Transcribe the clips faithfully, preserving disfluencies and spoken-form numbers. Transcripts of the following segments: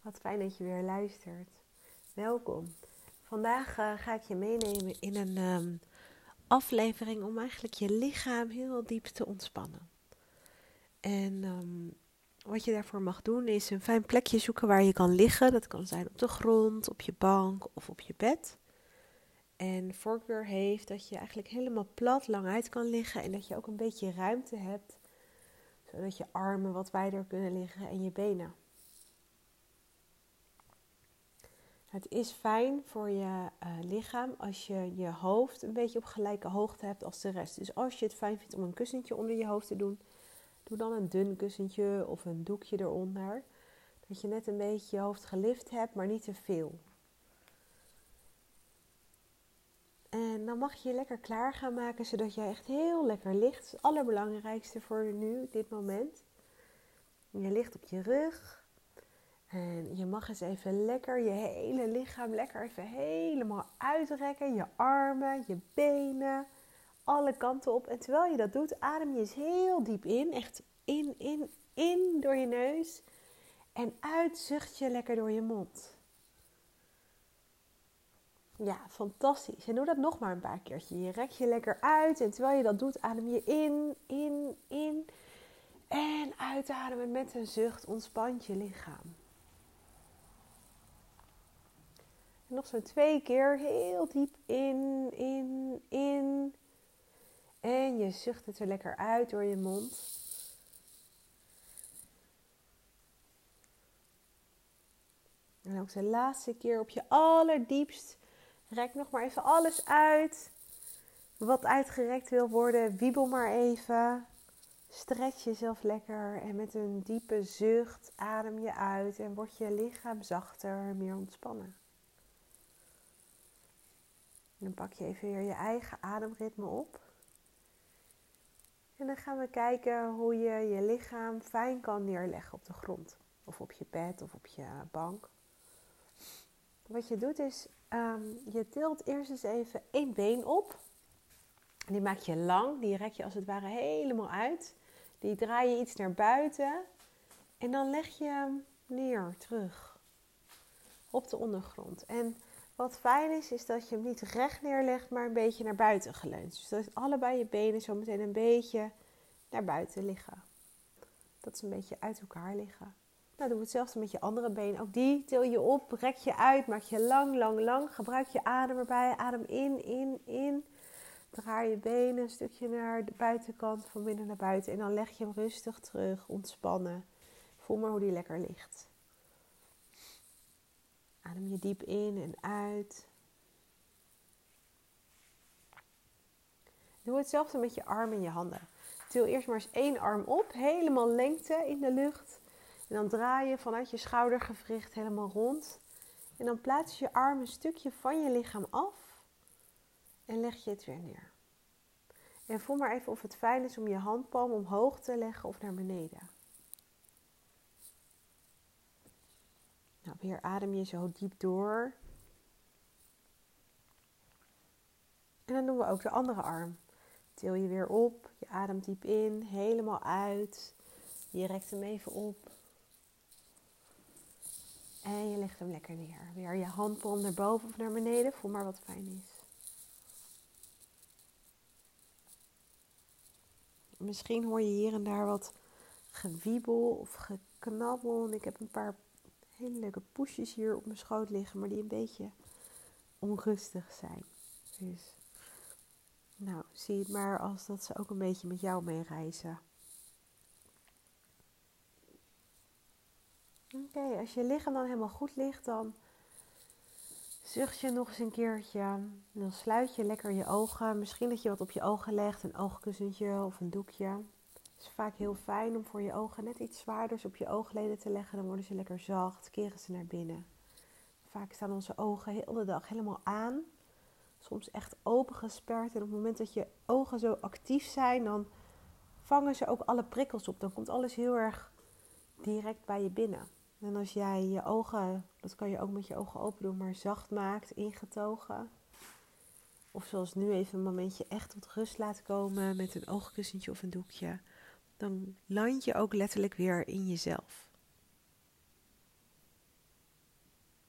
Wat fijn dat je weer luistert. Welkom. Vandaag uh, ga ik je meenemen in een um, aflevering om eigenlijk je lichaam heel diep te ontspannen. En um, wat je daarvoor mag doen is een fijn plekje zoeken waar je kan liggen. Dat kan zijn op de grond, op je bank of op je bed. En voorkeur heeft dat je eigenlijk helemaal plat lang uit kan liggen en dat je ook een beetje ruimte hebt, zodat je armen wat wijder kunnen liggen en je benen. Het is fijn voor je uh, lichaam als je je hoofd een beetje op gelijke hoogte hebt als de rest. Dus als je het fijn vindt om een kussentje onder je hoofd te doen, doe dan een dun kussentje of een doekje eronder. Dat je net een beetje je hoofd gelift hebt, maar niet te veel. En dan mag je je lekker klaar gaan maken, zodat je echt heel lekker ligt. Dat is het allerbelangrijkste voor nu, dit moment. Je ligt op je rug. En je mag eens even lekker je hele lichaam lekker even helemaal uitrekken. Je armen, je benen, alle kanten op. En terwijl je dat doet, adem je eens heel diep in. Echt in, in, in door je neus. En uit zucht je lekker door je mond. Ja, fantastisch. En doe dat nog maar een paar keertje. Je rekt je lekker uit. En terwijl je dat doet, adem je in, in, in. En uitademen met een zucht ontspant je lichaam. En nog zo'n twee keer heel diep in, in, in. En je zucht het er lekker uit door je mond. En ook de laatste keer op je allerdiepst. Rek nog maar even alles uit. Wat uitgerekt wil worden, wiebel maar even. Stretch jezelf lekker. En met een diepe zucht adem je uit. En wordt je lichaam zachter, meer ontspannen. En dan pak je even weer je eigen ademritme op. En dan gaan we kijken hoe je je lichaam fijn kan neerleggen op de grond. Of op je bed of op je bank. Wat je doet is, um, je tilt eerst eens even één been op. Die maak je lang, die rek je als het ware helemaal uit. Die draai je iets naar buiten. En dan leg je hem neer, terug. Op de ondergrond. En wat fijn is, is dat je hem niet recht neerlegt, maar een beetje naar buiten geleund. Dus dat allebei je benen zo meteen een beetje naar buiten liggen. Dat is een beetje uit elkaar liggen. Nou, doe hetzelfde met je andere been. Ook die til je op, rek je uit, maak je lang, lang, lang. Gebruik je adem erbij. Adem in, in, in. Draai je benen een stukje naar de buitenkant, van binnen naar buiten. En dan leg je hem rustig terug, ontspannen. Voel maar hoe die lekker ligt. Adem je diep in en uit. Doe hetzelfde met je armen en je handen. Til eerst maar eens één arm op, helemaal lengte in de lucht. En dan draai je vanuit je schoudergewricht helemaal rond. En dan plaats je je arm een stukje van je lichaam af. En leg je het weer neer. En voel maar even of het fijn is om je handpalm omhoog te leggen of naar beneden. Nou, weer adem je zo diep door. En dan doen we ook de andere arm. Til je weer op, je ademt diep in, helemaal uit. Je rekt hem even op. En je legt hem lekker neer. Weer je handpalm naar boven of naar beneden. Voel maar wat fijn is. Misschien hoor je hier en daar wat gewiebel of geknabbel. En ik heb een paar hele leuke poesjes hier op mijn schoot liggen. Maar die een beetje onrustig zijn. Dus nou, zie het maar als dat ze ook een beetje met jou meereizen. Oké, okay, als je lichaam dan helemaal goed ligt, dan zucht je nog eens een keertje. Dan sluit je lekker je ogen. Misschien dat je wat op je ogen legt, een oogkussentje of een doekje. Het is vaak heel fijn om voor je ogen net iets zwaarders op je oogleden te leggen. Dan worden ze lekker zacht, keren ze naar binnen. Vaak staan onze ogen heel de dag helemaal aan. Soms echt opengesperd. En op het moment dat je ogen zo actief zijn, dan vangen ze ook alle prikkels op. Dan komt alles heel erg direct bij je binnen. En als jij je ogen, dat kan je ook met je ogen open doen, maar zacht maakt, ingetogen. Of zoals nu even een momentje echt tot rust laat komen met een oogkussentje of een doekje. Dan land je ook letterlijk weer in jezelf.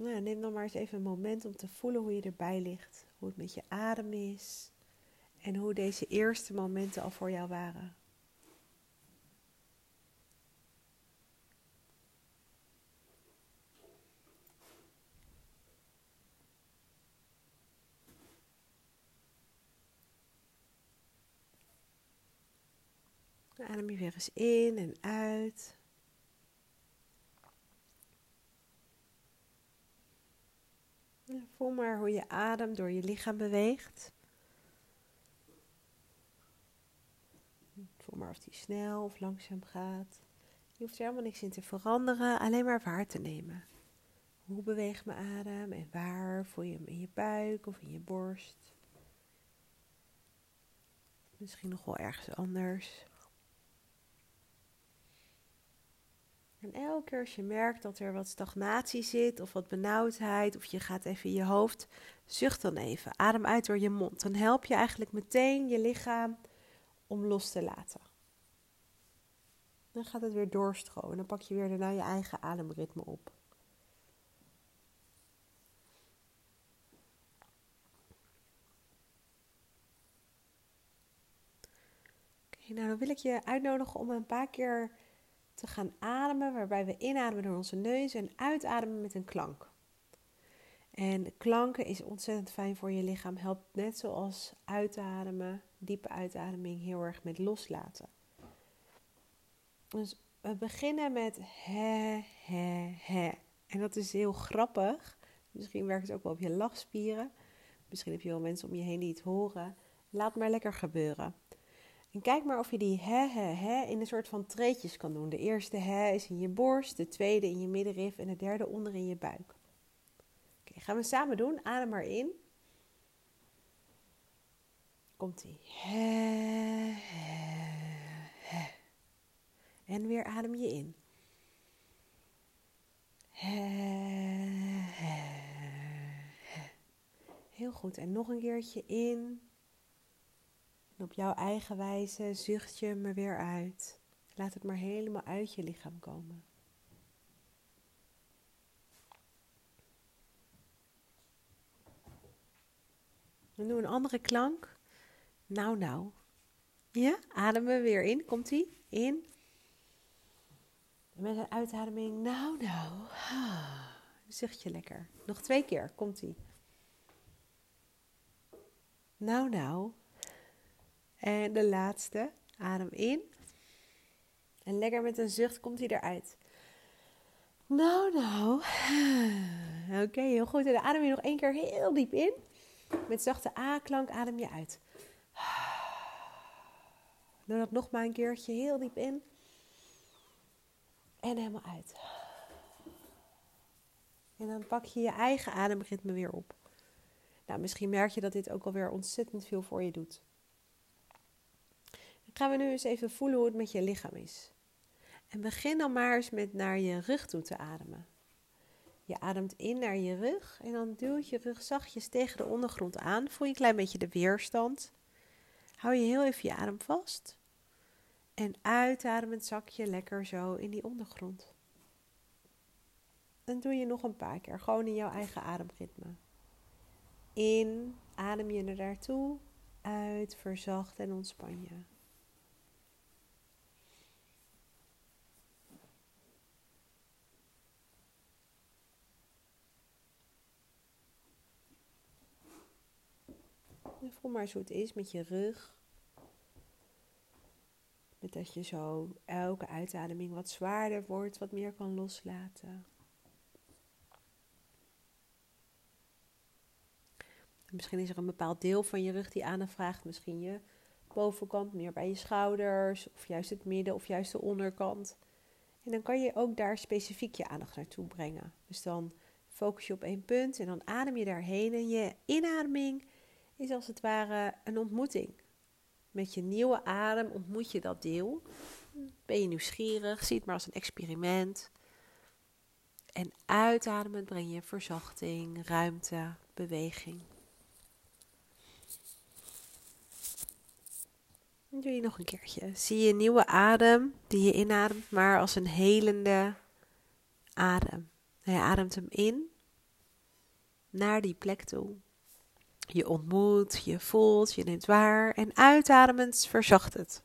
Nou, neem dan maar eens even een moment om te voelen hoe je erbij ligt. Hoe het met je adem is. En hoe deze eerste momenten al voor jou waren. Adem je weer eens in en uit. En voel maar hoe je adem door je lichaam beweegt. Voel maar of die snel of langzaam gaat. Je hoeft er helemaal niks in te veranderen, alleen maar waar te nemen. Hoe beweegt mijn adem en waar? Voel je hem in je buik of in je borst? Misschien nog wel ergens anders. En elke keer als je merkt dat er wat stagnatie zit of wat benauwdheid of je gaat even in je hoofd, zucht dan even. Adem uit door je mond. Dan help je eigenlijk meteen je lichaam om los te laten. Dan gaat het weer doorstromen. Dan pak je weer daarna je eigen ademritme op. Oké, nou dan wil ik je uitnodigen om een paar keer te gaan ademen, waarbij we inademen door onze neus en uitademen met een klank. En klanken is ontzettend fijn voor je lichaam. Helpt net zoals uitademen, diepe uitademing, heel erg met loslaten. Dus we beginnen met he, he, he. En dat is heel grappig. Misschien werkt het ook wel op je lachspieren. Misschien heb je wel mensen om je heen die het horen. Laat maar lekker gebeuren. En kijk maar of je die he, he, he in een soort van treetjes kan doen. De eerste he is in je borst, de tweede in je middenrif en de derde onder in je buik. Oké, gaan we samen doen. Adem maar in. Komt-ie. He, he, he. En weer adem je in. He, he, he. Heel goed. En nog een keertje in. En op jouw eigen wijze zucht je me weer uit. Laat het maar helemaal uit je lichaam komen. Dan doen we een andere klank. Nou, nou. Ja, ademen we weer in. Komt-ie? In. En met een uitademing. Nou, nou. Ah, zucht je lekker. Nog twee keer. Komt-ie. Nou, nou. En de laatste. Adem in. En lekker met een zucht komt hij eruit. Nou, nou. Oké, okay, heel goed. En dan adem je nog één keer heel diep in. Met zachte A-klank adem je uit. Doe dat nog maar een keertje heel diep in. En helemaal uit. En dan pak je je eigen ademritme weer op. Nou, misschien merk je dat dit ook alweer ontzettend veel voor je doet. Dan gaan we nu eens even voelen hoe het met je lichaam is. En begin dan maar eens met naar je rug toe te ademen. Je ademt in naar je rug en dan duwt je rug zachtjes tegen de ondergrond aan. Voel je een klein beetje de weerstand. Hou je heel even je adem vast. En uitademend zak je lekker zo in die ondergrond. Dan doe je nog een paar keer, gewoon in jouw eigen ademritme. In, adem je er naartoe. Uit, verzacht en ontspan je. En voel maar eens hoe het is met je rug. Met dat je zo elke uitademing wat zwaarder wordt, wat meer kan loslaten. En misschien is er een bepaald deel van je rug die aandacht vraagt. Misschien je bovenkant, meer bij je schouders. Of juist het midden of juist de onderkant. En dan kan je ook daar specifiek je aandacht naartoe brengen. Dus dan focus je op één punt en dan adem je daarheen. En je inademing is als het ware een ontmoeting. Met je nieuwe adem ontmoet je dat deel. Ben je nieuwsgierig, zie het maar als een experiment. En uitademend breng je verzachting, ruimte, beweging. Dan doe je nog een keertje. Zie je een nieuwe adem die je inademt, maar als een helende adem. En je ademt hem in naar die plek toe. Je ontmoet, je voelt, je neemt waar en uitademend verzacht het.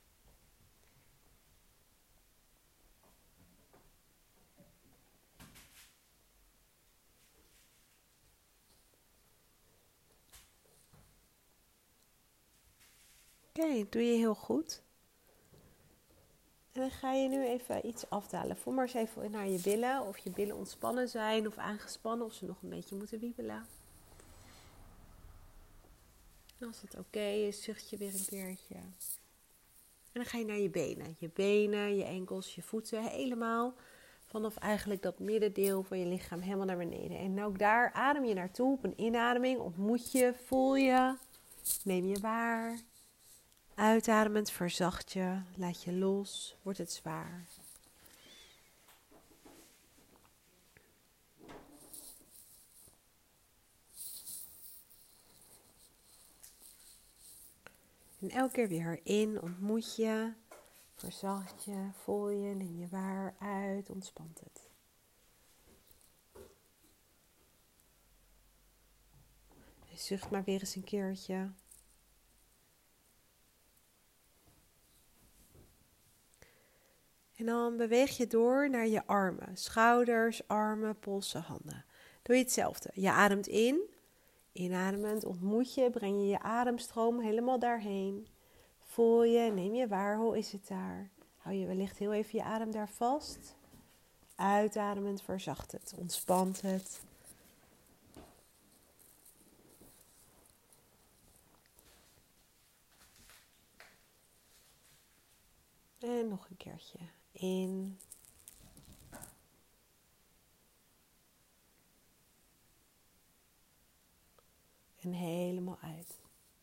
Oké, okay, doe je heel goed. En dan ga je nu even iets afdalen. Voel maar eens even naar je billen. Of je billen ontspannen zijn of aangespannen. Of ze nog een beetje moeten wiebelen. En als het oké okay is, zucht je weer een keertje. En dan ga je naar je benen. Je benen, je enkels, je voeten. Helemaal vanaf eigenlijk dat middendeel van je lichaam helemaal naar beneden. En ook daar adem je naartoe. Op een inademing ontmoet je, voel je. Neem je waar. Uitademend verzacht je, laat je los, wordt het zwaar. En elke keer weer in, ontmoet je, verzacht je, voel je, neem je waar, uit, ontspant het. En zucht maar weer eens een keertje. En dan beweeg je door naar je armen. Schouders, armen, polsen, handen. Doe je hetzelfde. Je ademt in. Inademend ontmoet je, breng je je ademstroom helemaal daarheen. Voel je, neem je waar, hoe is het daar? Hou je wellicht heel even je adem daar vast. Uitademend verzacht het, ontspant het. En nog een keertje. In. En helemaal uit.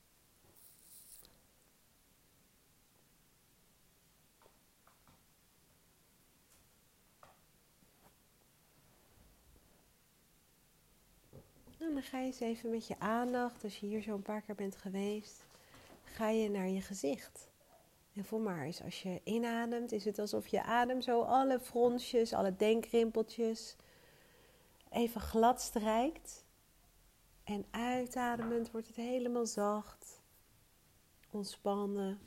En dan ga je eens even met je aandacht, als je hier zo een paar keer bent geweest, ga je naar je gezicht. En voel maar eens, als je inademt, is het alsof je adem zo alle fronsjes, alle denkrimpeltjes even glad strijkt. En uitademend wordt het helemaal zacht, ontspannen.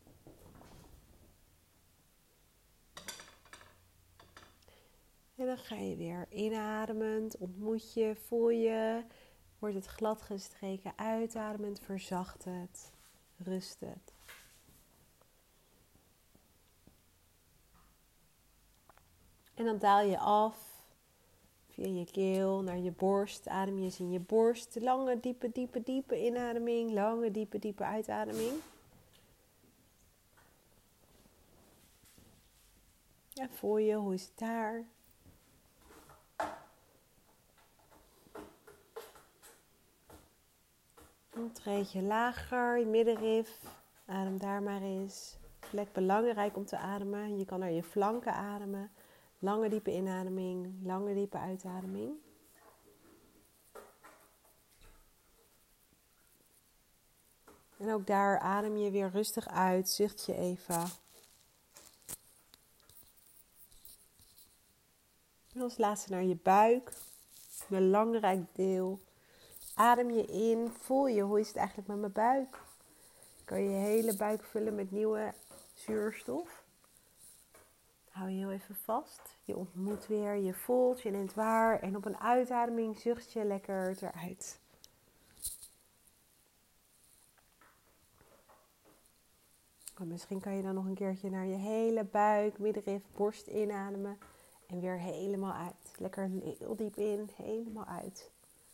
En dan ga je weer inademend, ontmoet je, voel je, wordt het glad gestreken, uitademend, verzacht het, rust het. En dan daal je af via je keel naar je borst, adem je eens in je borst, lange, diepe, diepe, diepe inademing, lange, diepe, diepe uitademing. Ja, voel je, hoe is het daar? Dan treed je lager, je middenrif. Adem daar maar eens. Plek belangrijk om te ademen. Je kan naar je flanken ademen. Lange diepe inademing, lange diepe uitademing. En ook daar adem je weer rustig uit, zucht je even. En als laatste naar je buik. Belangrijk deel. Adem je in, voel je, hoe is het eigenlijk met mijn buik? Kan je je hele buik vullen met nieuwe zuurstof. Hou je heel even vast. Je ontmoet weer, je voelt, je neemt waar. En op een uitademing zucht je lekker eruit. En misschien kan je dan nog een keertje naar je hele buik, middenrif, borst inademen. En weer helemaal uit. Lekker heel diep in, helemaal uit.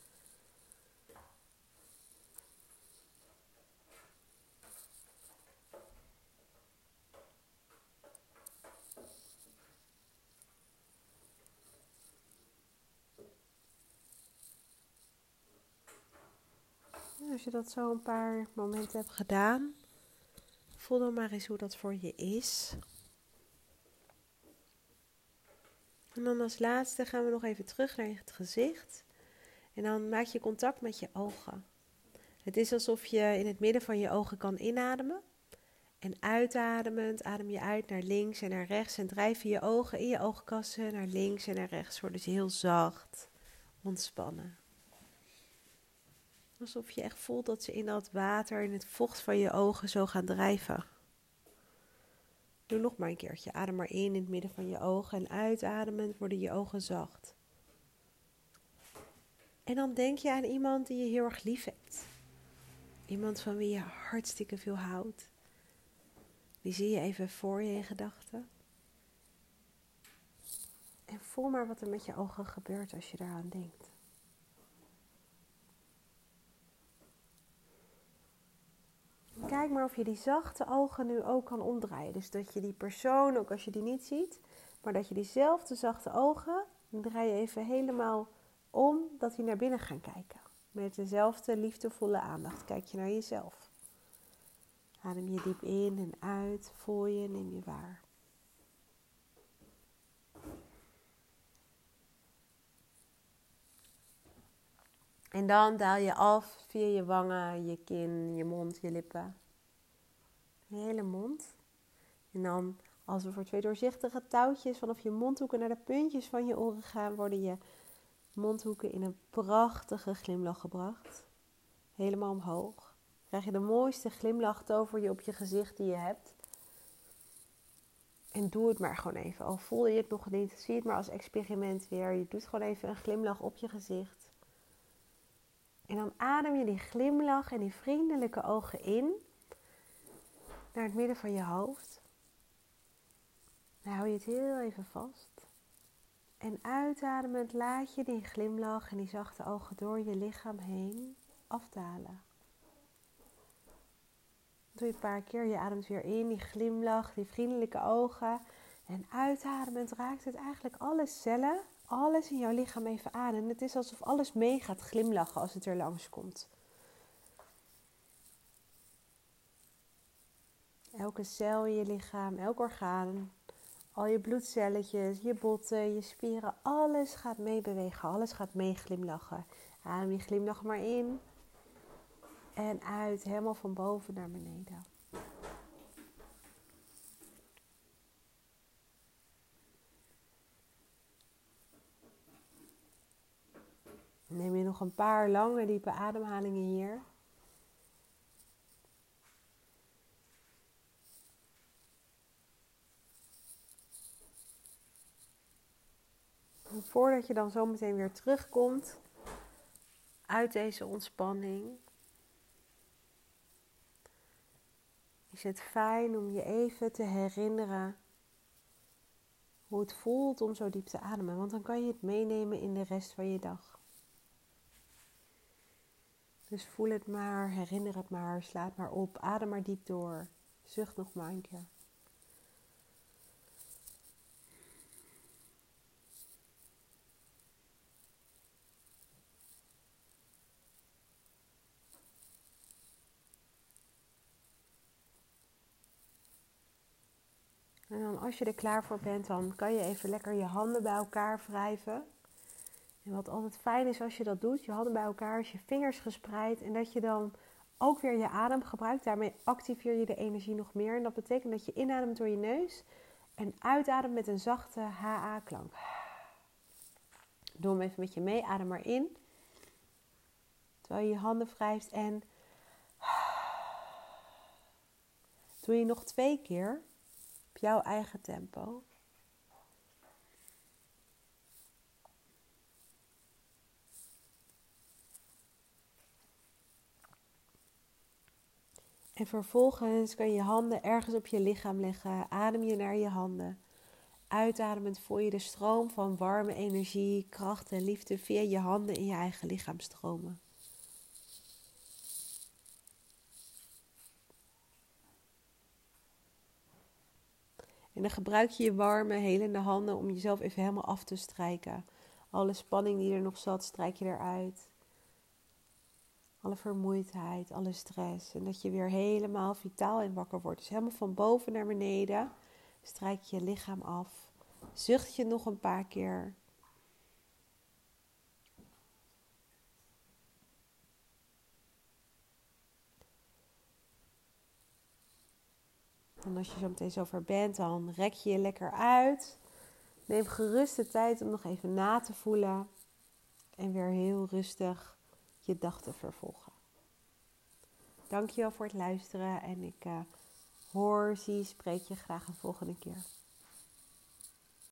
Als je dat zo een paar momenten hebt gedaan, voel dan maar eens hoe dat voor je is. En dan als laatste gaan we nog even terug naar het gezicht. En dan maak je contact met je ogen. Het is alsof je in het midden van je ogen kan inademen. En uitademend adem je uit naar links en naar rechts. En drijf je je ogen in je oogkassen naar links en naar rechts. Worden ze heel zacht, ontspannen. Alsof je echt voelt dat ze in dat water, in het vocht van je ogen zo gaan drijven. Doe nog maar een keertje. Adem maar in in het midden van je ogen en uitademend worden je ogen zacht. En dan denk je aan iemand die je heel erg lief hebt. Iemand van wie je hartstikke veel houdt. Die zie je even voor je in gedachten. En voel maar wat er met je ogen gebeurt als je daaraan denkt. Kijk maar of je die zachte ogen nu ook kan omdraaien. Dus dat je die persoon, ook als je die niet ziet, maar dat je diezelfde zachte ogen, dan draai je even helemaal om, dat die naar binnen gaan kijken. Met dezelfde liefdevolle aandacht kijk je naar jezelf. Adem je diep in en uit, voel je, neem je waar. En dan daal je af via je wangen, je kin, je mond, je lippen. Je hele mond. En dan, als we voor twee doorzichtige touwtjes vanaf je mondhoeken naar de puntjes van je oren gaan, worden je mondhoeken in een prachtige glimlach gebracht. Helemaal omhoog. Krijg je de mooiste glimlach over je op je gezicht die je hebt. En doe het maar gewoon even. Al voel je het nog niet, zie het maar als experiment weer. Je doet gewoon even een glimlach op je gezicht. En dan adem je die glimlach en die vriendelijke ogen in naar het midden van je hoofd. Dan hou je het heel even vast. En uitademend laat je die glimlach en die zachte ogen door je lichaam heen afdalen. Doe je een paar keer, je ademt weer in, die glimlach, die vriendelijke ogen. En uitademend raakt het eigenlijk alle cellen, alles in jouw lichaam even aan. En het is alsof alles mee gaat glimlachen als het er langskomt. Elke cel in je lichaam, elk orgaan, al je bloedcelletjes, je botten, je spieren, alles gaat meebewegen, alles gaat mee glimlachen. Adem die glimlach maar in en uit, helemaal van boven naar beneden. Neem je nog een paar lange, diepe ademhalingen hier. En voordat je dan zometeen weer terugkomt uit deze ontspanning, is het fijn om je even te herinneren hoe het voelt om zo diep te ademen. Want dan kan je het meenemen in de rest van je dag. Dus voel het maar, herinner het maar, sla het maar op, adem maar diep door. Zucht nog maar een keer. En dan als je er klaar voor bent, dan kan je even lekker je handen bij elkaar wrijven. En wat altijd fijn is als je dat doet, je handen bij elkaar, je vingers gespreid. En dat je dan ook weer je adem gebruikt. Daarmee activeer je de energie nog meer. En dat betekent dat je inademt door je neus en uitademt met een zachte H A-klank. Doe hem even met je mee, adem maar in. Terwijl je je handen wrijft en doe je nog twee keer op jouw eigen tempo. En vervolgens kan je je handen ergens op je lichaam leggen. Adem je naar je handen. Uitademend voel je de stroom van warme energie, kracht en liefde via je handen in je eigen lichaam stromen. En dan gebruik je je warme, helende handen om jezelf even helemaal af te strijken. Alle spanning die er nog zat, strijk je eruit. Alle vermoeidheid, alle stress. En dat je weer helemaal vitaal en wakker wordt. Dus helemaal van boven naar beneden. Strijk je lichaam af. Zucht je nog een paar keer. En als je zo meteen zover bent, dan rek je je lekker uit. Neem gerust de tijd om nog even na te voelen. En weer heel rustig je dag te vervolgen. Dankjewel voor het luisteren en ik uh, hoor, zie, spreek je graag een volgende keer.